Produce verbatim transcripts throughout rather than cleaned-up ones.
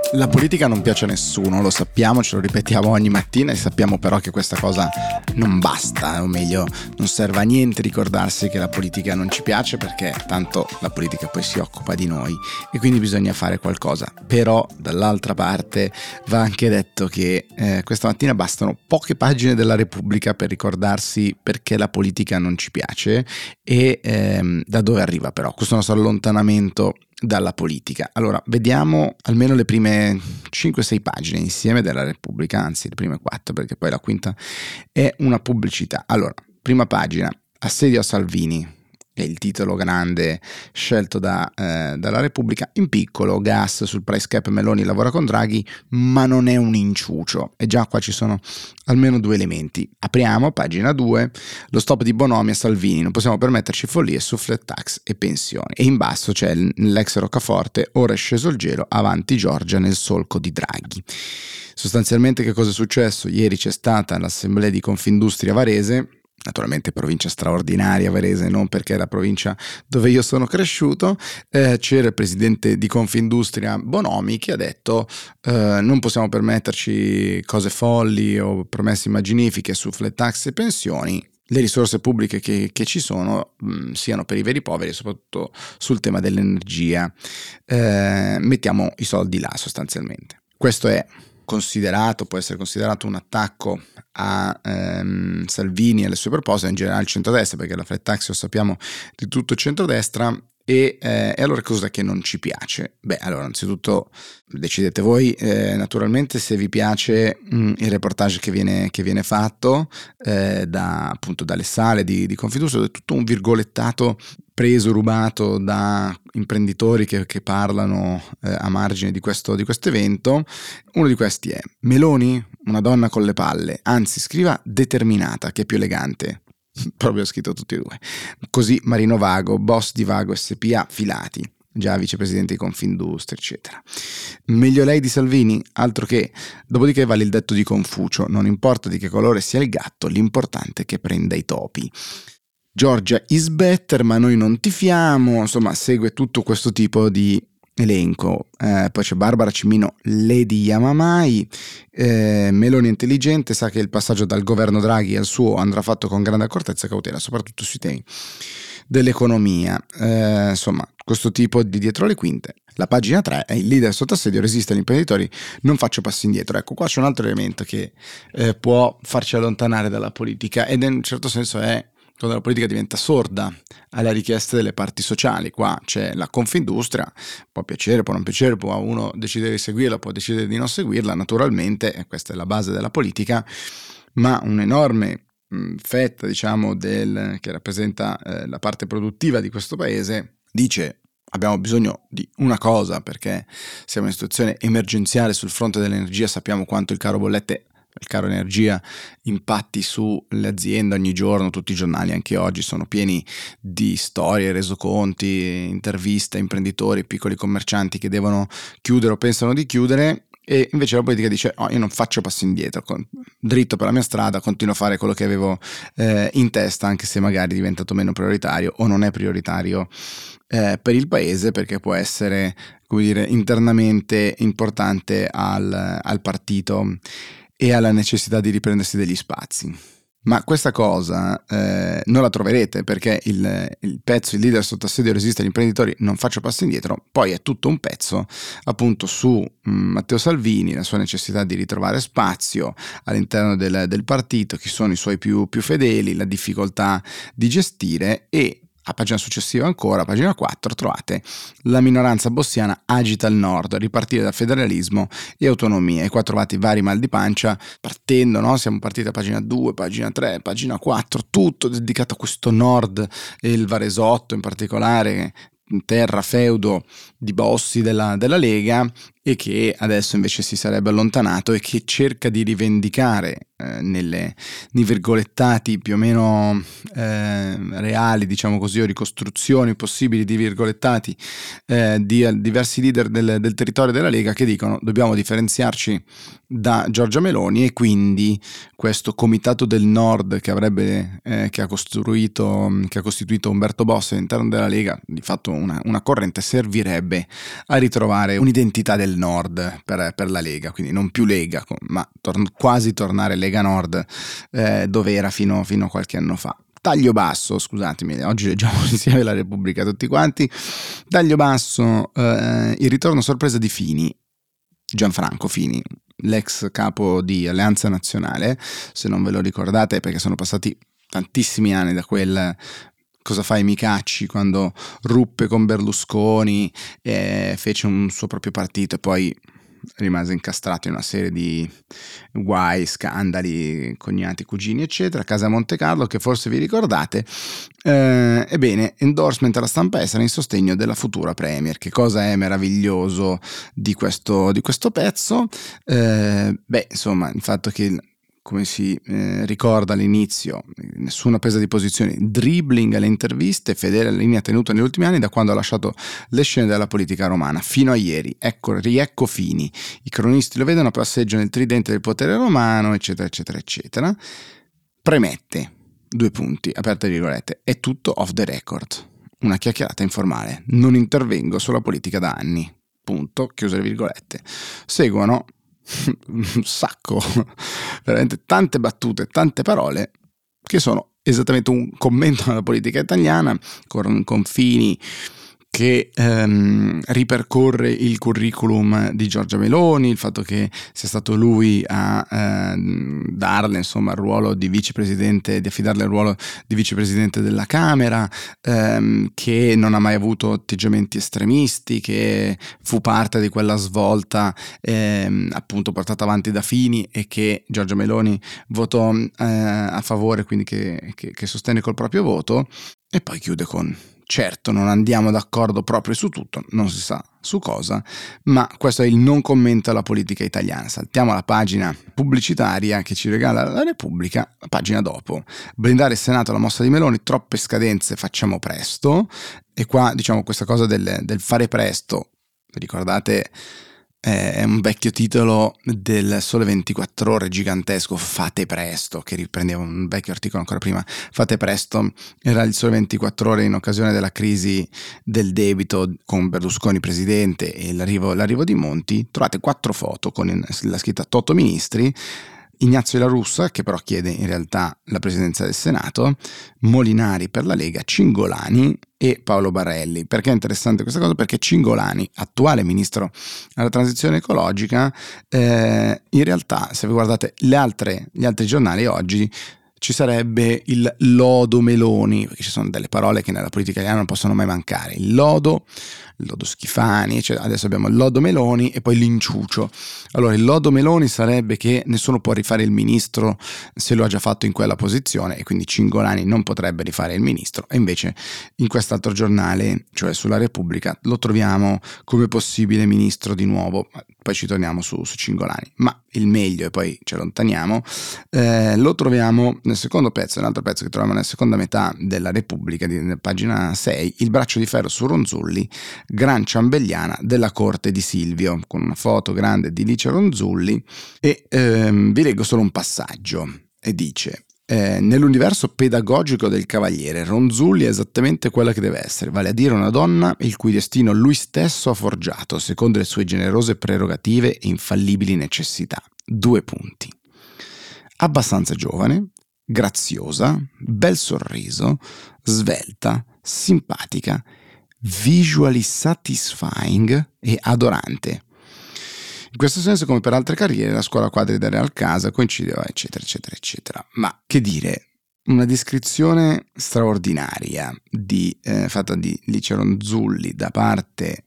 La politica non piace a nessuno, lo sappiamo, ce lo ripetiamo ogni mattina e sappiamo però che questa cosa non basta, o meglio, non serve a niente ricordarsi che la politica non ci piace, perché tanto la politica poi si occupa di noi e quindi bisogna fare qualcosa. Però dall'altra parte va anche detto che eh, questa mattina bastano poche pagine della Repubblica per ricordarsi perché la politica non ci piace e ehm, da dove arriva però questo nostro allontanamento dalla politica. Allora, vediamo almeno le prime cinque sei pagine insieme della Repubblica, anzi le prime quattro, perché poi la quinta è una pubblicità. Allora, prima pagina, assedio a Salvini, è il titolo grande scelto da, eh, dalla Repubblica. In piccolo, gas sul price cap, Meloni lavora con Draghi, ma non è un inciucio. E già qua ci sono almeno due elementi. Apriamo, pagina due, lo stop di Bonomi a Salvini, non possiamo permetterci follie su flat tax e pensioni. E in basso c'è l'ex Roccaforte, ora è sceso il gelo, avanti Giorgia nel solco di Draghi. Sostanzialmente che cosa è successo? Ieri c'è stata l'assemblea di Confindustria Varese, naturalmente provincia straordinaria Varese, non perché è la provincia dove io sono cresciuto. Eh, c'era il presidente di Confindustria Bonomi che ha detto eh, non possiamo permetterci cose folli o promesse immaginifiche su flat tax e pensioni. Le risorse pubbliche che, che ci sono mh, siano per i veri poveri, soprattutto sul tema dell'energia. Eh, mettiamo i soldi là sostanzialmente. Questo è considerato, può essere considerato un attacco a ehm, Salvini e alle sue proposte, in generale al centrodestra, perché la flat tax lo sappiamo di tutto il centrodestra. E, eh, e allora cosa che non ci piace? Beh, allora innanzitutto decidete voi eh, naturalmente se vi piace mh, il reportage che viene, che viene fatto eh, da, appunto dalle sale di, di Confindustria, è tutto un virgolettato preso, rubato da imprenditori che, che parlano eh, a margine di questo di questo evento. Uno di questi è Meloni, una donna con le palle, anzi scriva determinata, che è più elegante. Proprio scritto tutti e due. Così Marino Vago, boss di Vago S P A, filati, già vicepresidente di Confindustria, eccetera. Meglio lei di Salvini? Altro che. Dopodiché vale il detto di Confucio: non importa di che colore sia il gatto, l'importante è che prenda i topi. Giorgia is better, ma noi non tifiamo. Insomma, segue tutto questo tipo di elenco. Eh, poi c'è Barbara Cimino, Lady Yamamai. eh, Meloni intelligente, sa che il passaggio dal governo Draghi al suo andrà fatto con grande accortezza e cautela, soprattutto sui temi dell'economia. Eh, insomma, questo tipo di dietro le quinte. La pagina tre è il leader sotto assedio, resiste agli imprenditori, non faccio passi indietro. Ecco, qua c'è un altro elemento che eh, può farci allontanare dalla politica, ed in un certo senso è quando la politica diventa sorda alle richieste delle parti sociali. Qua c'è la Confindustria, può piacere, può non piacere, può uno decidere di seguirla, può decidere di non seguirla, naturalmente, e questa è la base della politica, ma un'enorme mh, fetta, diciamo, del, che rappresenta eh, la parte produttiva di questo paese, dice abbiamo bisogno di una cosa perché siamo in situazione emergenziale sul fronte dell'energia, sappiamo quanto il caro bollette, il caro energia impatti sulle aziende ogni giorno, tutti i giornali anche oggi sono pieni di storie, resoconti, interviste a imprenditori, piccoli commercianti che devono chiudere o pensano di chiudere, e invece la politica dice oh, io non faccio passi indietro, dritto per la mia strada, continuo a fare quello che avevo eh, in testa, anche se magari è diventato meno prioritario o non è prioritario eh, per il paese, perché può essere, come dire, internamente importante al, al partito e alla necessità di riprendersi degli spazi. Ma questa cosa eh, non la troverete, perché il, il pezzo, il leader sotto assedio resiste agli imprenditori, non faccio passi indietro, poi è tutto un pezzo appunto su mh, Matteo Salvini, la sua necessità di ritrovare spazio all'interno del, del partito, chi sono i suoi più, più fedeli, la difficoltà di gestire. E a pagina successiva ancora, pagina quattro, trovate la minoranza bossiana agita il nord, ripartire da federalismo e autonomia. E qua trovate i vari mal di pancia partendo, no? Siamo partiti a pagina due, pagina tre, pagina quattro, tutto dedicato a questo nord e il Varesotto in particolare, terra feudo di bossi della, della Lega, e che adesso invece si sarebbe allontanato e che cerca di rivendicare eh, nelle, nei virgolettati più o meno eh, reali, diciamo così, o ricostruzioni possibili di virgolettati eh, di eh, diversi leader del, del territorio della Lega, che dicono dobbiamo differenziarci da Giorgia Meloni, e quindi questo comitato del nord che avrebbe eh, che ha costruito che ha costituito Umberto Bossi all'interno della Lega, di fatto una, una corrente, servirebbe a ritrovare un'identità del del Nord per, per la Lega, quindi non più Lega, ma tor- quasi tornare Lega Nord eh, dove era fino, fino a qualche anno fa. Taglio basso, scusatemi, oggi leggiamo insieme la Repubblica tutti quanti. Taglio basso, eh, il ritorno sorpresa di Fini, Gianfranco Fini, l'ex capo di Alleanza Nazionale, se non ve lo ricordate, perché sono passati tantissimi anni da quel cosa fai mi cacci, quando ruppe con Berlusconi e fece un suo proprio partito e poi rimase incastrato in una serie di guai, scandali, cognati, cugini eccetera, Casa Monte Carlo, che forse vi ricordate. Eh, ebbene, endorsement alla stampa estera in sostegno della futura premier. Che cosa è meraviglioso di questo, di questo pezzo? Eh, beh, insomma, il fatto che, come si eh, ricorda all'inizio, nessuna presa di posizione, dribbling alle interviste, fedele alla linea tenuta negli ultimi anni da quando ha lasciato le scene della politica romana fino a ieri. Ecco, riecco Fini, i cronisti lo vedono, passeggio nel tridente del potere romano, eccetera eccetera eccetera. Premette, due punti, aperte virgolette, è tutto off the record, una chiacchierata informale, non intervengo sulla politica da anni, punto, chiuse le virgolette. Seguono un sacco, veramente tante battute, tante parole che sono esattamente un commento alla politica italiana, con, con Fini che ehm, ripercorre il curriculum di Giorgia Meloni, il fatto che sia stato lui a eh, darle insomma il ruolo di vicepresidente, di affidarle il ruolo di vicepresidente della Camera, ehm, che non ha mai avuto atteggiamenti estremisti, che fu parte di quella svolta ehm, appunto portata avanti da Fini e che Giorgia Meloni votò eh, a favore, quindi che, che, che sostenne col proprio voto, e poi chiude con: certo, non andiamo d'accordo proprio su tutto, non si sa su cosa, ma questo è il non commento alla politica italiana. Saltiamo la pagina pubblicitaria che ci regala la Repubblica, la pagina dopo. Blindare il Senato alla mossa di Meloni, troppe scadenze, facciamo presto. E qua, diciamo, questa cosa del, del fare presto, ricordate, è un vecchio titolo del Sole ventiquattro Ore gigantesco, fate presto, che riprendeva un vecchio articolo ancora prima. Fate presto era il Sole ventiquattro Ore in occasione della crisi del debito con Berlusconi presidente e l'arrivo, l'arrivo di Monti. Trovate quattro foto con la scritta Toto Ministri, Ignazio La Russa, che però chiede in realtà la presidenza del Senato, Molinari per la Lega, Cingolani e Paolo Barelli. Perché è interessante questa cosa? Perché Cingolani, attuale ministro alla transizione ecologica, eh, in realtà, se vi guardate le altre, gli altri giornali oggi, ci sarebbe il lodo Meloni, perché ci sono delle parole che nella politica italiana non possono mai mancare. Il lodo, il lodo Schifani, cioè adesso abbiamo il lodo Meloni e poi l'inciucio. Allora, il lodo Meloni sarebbe che nessuno può rifare il ministro se lo ha già fatto in quella posizione, e quindi Cingolani non potrebbe rifare il ministro, e invece in quest'altro giornale, cioè sulla Repubblica, lo troviamo come possibile ministro di nuovo. Poi ci torniamo su, su Cingolani, ma il meglio, e poi ci allontaniamo, eh, lo troviamo nel secondo pezzo, un altro pezzo che troviamo nella seconda metà della Repubblica, di, pagina sei, il braccio di ferro su Ronzulli, gran ciambelliana della corte di Silvio, con una foto grande di Licia Ronzulli, e ehm, vi leggo solo un passaggio, e dice: Eh, nell'universo pedagogico del Cavaliere, Ronzulli è esattamente quella che deve essere, vale a dire una donna il cui destino lui stesso ha forgiato, secondo le sue generose prerogative e infallibili necessità. Due punti. Abbastanza giovane, graziosa, bel sorriso, svelta, simpatica, visually satisfying e adorante. In questo senso, come per altre carriere, la scuola quadri del Real Casa coincideva, eccetera, eccetera, eccetera. Ma che dire, una descrizione straordinaria di, eh, fatta di Licia Ronzulli da parte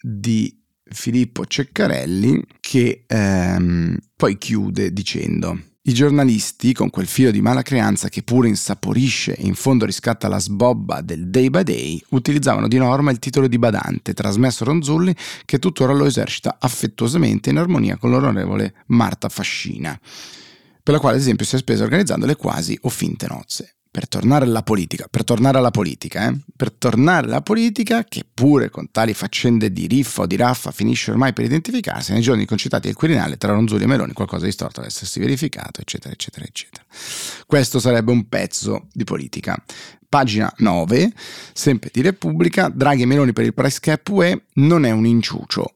di Filippo Ceccarelli, che ehm, poi chiude dicendo: i giornalisti, con quel filo di mala creanza che pure insaporisce e in fondo riscatta la sbobba del day by day, utilizzavano di norma il titolo di badante, trasmesso a Ronzulli, che tuttora lo esercita affettuosamente in armonia con l'onorevole Marta Fascina, per la quale ad esempio si è spesa organizzando le quasi o finte nozze. Per tornare alla politica, per tornare alla politica, eh? Per tornare alla politica, che pure con tali faccende di riffa o di raffa finisce ormai per identificarsi, nei giorni concitati al Quirinale tra Ronzulli e Meloni qualcosa di storto deve essersi verificato, eccetera, eccetera, eccetera. Questo sarebbe un pezzo di politica. Pagina nove, sempre di Repubblica, Draghi e Meloni per il price cap U E non è un inciucio,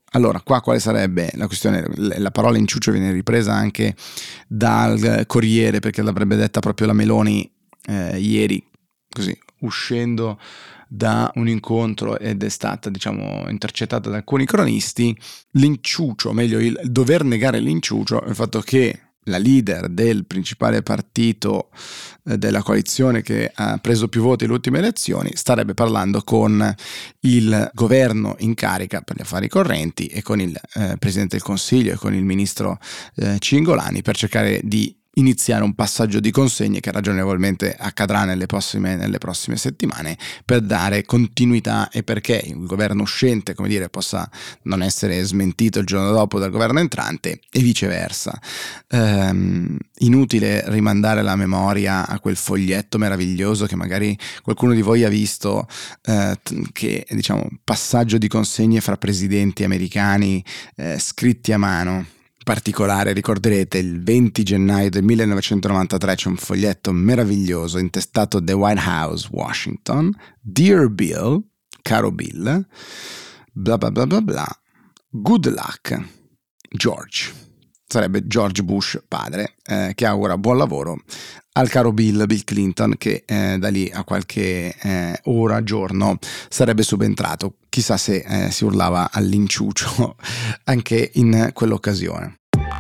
Allora, qua quale sarebbe la questione? La parola inciucio viene ripresa anche dal Corriere, perché l'avrebbe detta proprio la Meloni eh, ieri, così, uscendo da un incontro, ed è stata, diciamo, intercettata da alcuni cronisti. L'inciucio, o meglio il dover negare l'inciucio, è il fatto che la leader del principale partito eh, della coalizione che ha preso più voti alle ultime elezioni starebbe parlando con il governo in carica per gli affari correnti e con il eh, Presidente del Consiglio e con il ministro eh, Cingolani per cercare di iniziare un passaggio di consegne che ragionevolmente accadrà nelle prossime, nelle prossime settimane, per dare continuità e perché il governo uscente, come dire, possa non essere smentito il giorno dopo dal governo entrante e viceversa. Ehm, inutile rimandare la memoria a quel foglietto meraviglioso che magari qualcuno di voi ha visto, eh, che è, diciamo, passaggio di consegne fra presidenti americani eh, scritti a mano. Particolare, ricorderete, il venti gennaio del millenovecentonovantatré c'è un foglietto meraviglioso intestato The White House, Washington. Dear Bill, caro Bill, bla bla bla bla bla, good luck, George. Sarebbe George Bush padre, eh, che augura buon lavoro al caro Bill, Bill Clinton, che eh, da lì a qualche eh, ora, giorno, sarebbe subentrato. Chissà se eh, si urlava all'inciucio anche in quell'occasione.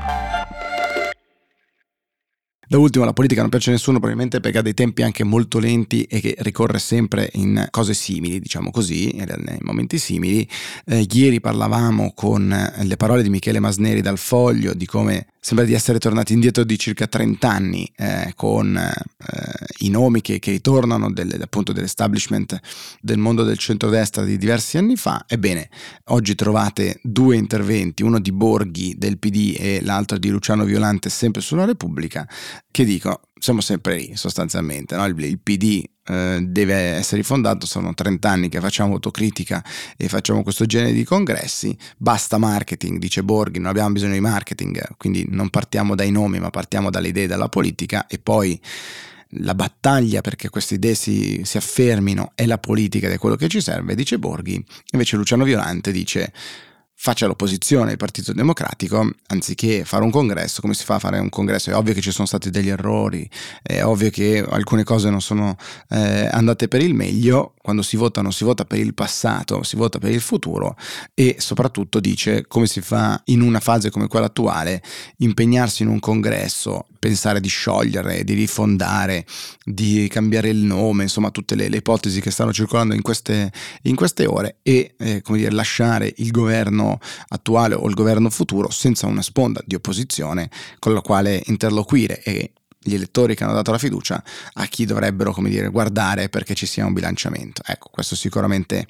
Da ultimo, la politica non piace a nessuno, probabilmente perché ha dei tempi anche molto lenti e che ricorre sempre in cose simili, diciamo così, in momenti simili. Eh, ieri parlavamo con le parole di Michele Masneri dal Foglio di come sembra di essere tornati indietro di circa trenta anni, eh, con eh, i nomi che, che ritornano del, appunto dell'establishment del mondo del centrodestra di diversi anni fa. Ebbene, oggi trovate due interventi, uno di Borghi del P D e l'altro di Luciano Violante, sempre sulla Repubblica, che dico, siamo sempre lì sostanzialmente, no? il, il P D eh, deve essere rifondato, sono trenta anni che facciamo autocritica e facciamo questo genere di congressi, basta marketing, dice Borghi, non abbiamo bisogno di marketing, quindi non partiamo dai nomi ma partiamo dalle idee, dalla politica, e poi la battaglia perché queste idee si, si affermino è la politica ed è quello che ci serve, dice Borghi. Invece Luciano Violante dice: faccia l'opposizione il Partito Democratico, anziché fare un congresso. Come si fa a fare un congresso? È ovvio che ci sono stati degli errori, è ovvio che alcune cose non sono eh, andate per il meglio. Quando si vota non si vota per il passato, si vota per il futuro, e soprattutto dice come si fa in una fase come quella attuale, impegnarsi in un congresso, pensare di sciogliere, di rifondare, di cambiare il nome, insomma tutte le, le ipotesi che stanno circolando in queste, in queste ore, e eh, come dire, lasciare il governo attuale o il governo futuro senza una sponda di opposizione con la quale interloquire, e gli elettori che hanno dato la fiducia a chi dovrebbero, come dire, guardare perché ci sia un bilanciamento. Ecco, questo sicuramente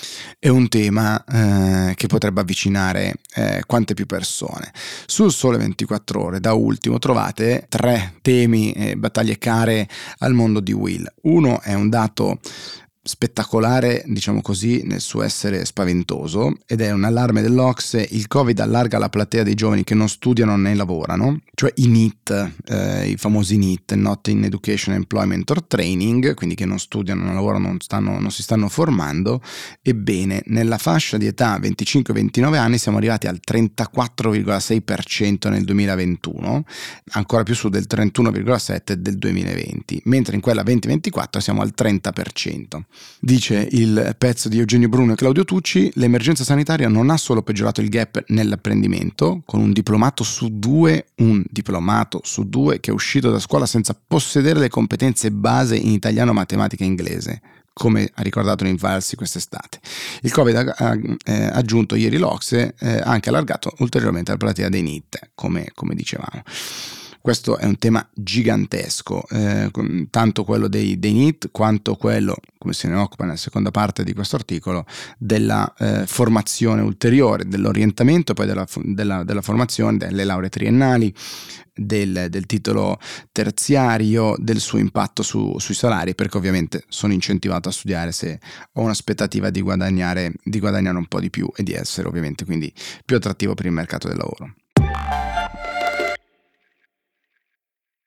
è un tema eh, che potrebbe avvicinare eh, quante più persone. Sul Sole ventiquattro Ore, da ultimo, trovate tre temi e eh, battaglie care al mondo di Will. Uno è un dato spettacolare, diciamo così, nel suo essere spaventoso, ed è un allarme dell'Ocse: il Covid allarga la platea dei giovani che non studiano né lavorano, cioè i N E E T, eh, i famosi N E E T, Not in Education, Employment or Training, quindi che non studiano, non lavorano, non, stanno, non si stanno formando. Ebbene, nella fascia di età venticinque ventinove anni siamo arrivati al trentaquattro virgola sei per cento nel duemilaventuno, ancora più su del trentuno virgola sette per cento del duemilaventi, mentre in quella venti ventiquattro siamo al trenta per cento. Dice il pezzo di Eugenio Bruno e Claudio Tucci: l'emergenza sanitaria non ha solo peggiorato il gap nell'apprendimento, con un diplomato su due, un diplomato su due che è uscito da scuola senza possedere le competenze base in italiano, matematica e inglese, come ha ricordato Invalsi quest'estate. Il Covid ha, ha eh, aggiunto ieri l'Ocse, eh, ha anche allargato ulteriormente la platea dei N E E T, come, come dicevamo. Questo è un tema gigantesco, eh, tanto quello dei, dei N E E T quanto quello, come se ne occupa nella seconda parte di questo articolo, della eh, formazione ulteriore, dell'orientamento, poi della, della, della formazione, delle lauree triennali, del, del titolo terziario, del suo impatto su, sui salari, perché ovviamente sono incentivato a studiare se ho un'aspettativa di guadagnare, di guadagnare un po' di più e di essere ovviamente quindi più attrattivo per il mercato del lavoro.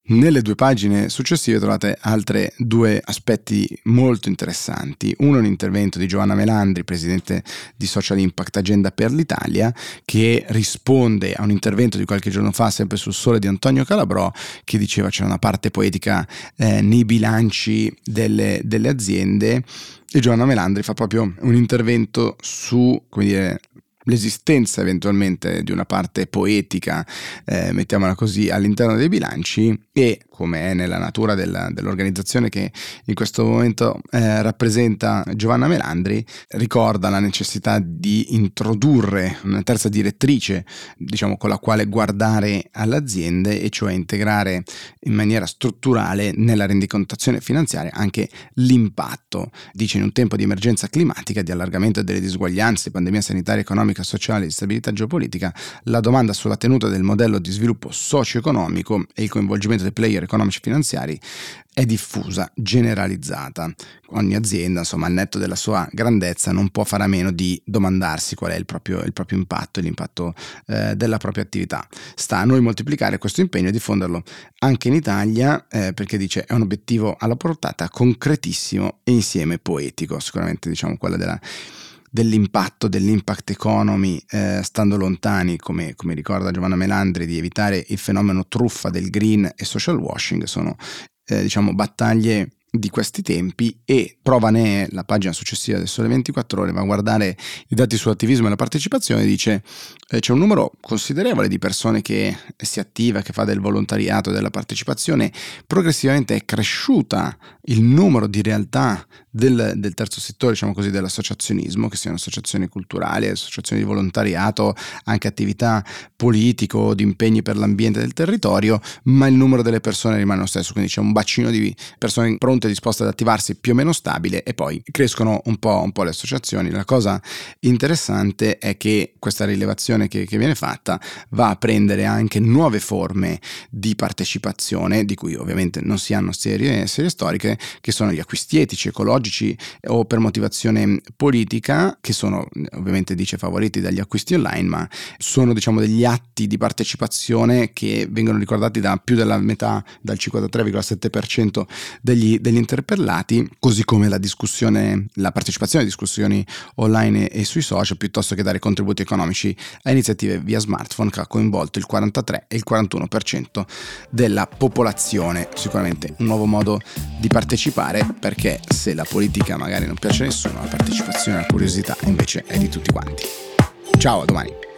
Nelle due pagine successive trovate altre due aspetti molto interessanti. Uno è un intervento di Giovanna Melandri, presidente di Social Impact Agenda per l'Italia, che risponde a un intervento di qualche giorno fa, sempre sul Sole, di Antonio Calabrò, che diceva c'è una parte poetica eh, nei bilanci delle, delle aziende, e Giovanna Melandri fa proprio un intervento su, come dire, l'esistenza eventualmente di una parte poetica, eh, mettiamola così, all'interno dei bilanci, e come è nella natura della, dell'organizzazione che in questo momento eh, rappresenta Giovanna Melandri, ricorda la necessità di introdurre una terza direttrice, diciamo, con la quale guardare alle aziende, e cioè integrare in maniera strutturale nella rendicontazione finanziaria anche l'impatto. Dice: in un tempo di emergenza climatica, di allargamento delle disuguaglianze, di pandemia sanitaria, economica, sociale e di stabilità geopolitica, la domanda sulla tenuta del modello di sviluppo socio-economico e il coinvolgimento dei player economici e finanziari è diffusa, generalizzata. Ogni azienda, insomma, al netto della sua grandezza, non può fare a meno di domandarsi qual è il proprio, il proprio impatto e l'impatto eh, della propria attività. Sta a noi moltiplicare questo impegno e diffonderlo anche in Italia, eh, perché dice è un obiettivo alla portata, concretissimo e insieme poetico. Sicuramente, diciamo, quella della dell'impatto, dell'impact economy, eh, stando lontani, come, come ricorda Giovanna Melandri, di evitare il fenomeno truffa del green e social washing, sono eh, diciamo battaglie di questi tempi. E prova ne è la pagina successiva del Sole ventiquattro Ore, va a guardare i dati sull'attivismo e la partecipazione, dice eh, c'è un numero considerevole di persone che si attiva, che fa del volontariato, della partecipazione. Progressivamente è cresciuta il numero di realtà del, del terzo settore, diciamo così, dell'associazionismo, che siano associazioni culturali, associazioni di volontariato, anche attività politico, di impegni per l'ambiente del territorio, ma il numero delle persone rimane lo stesso, quindi c'è un bacino di persone pronte e disposte ad attivarsi più o meno stabile, e poi crescono un po', un po' le associazioni. La cosa interessante è che questa rilevazione che, che viene fatta va a prendere anche nuove forme di partecipazione, di cui ovviamente non si hanno serie, serie storiche, che sono gli acquisti etici, ecologici o per motivazione politica, che sono ovviamente, dice, favoriti dagli acquisti online, ma sono, diciamo, degli atti di partecipazione che vengono ricordati da più della metà, dal cinquantatré virgola sette per cento degli, degli interpellati, così come la discussione, la partecipazione a discussioni online e, e sui social, piuttosto che dare contributi economici a iniziative via smartphone, che ha coinvolto il quarantatré e il quarantuno per cento della popolazione. Sicuramente un nuovo modo di partecipare, perché se la politica magari non piace a nessuno, la partecipazione e la curiosità invece è di tutti quanti. Ciao, a domani.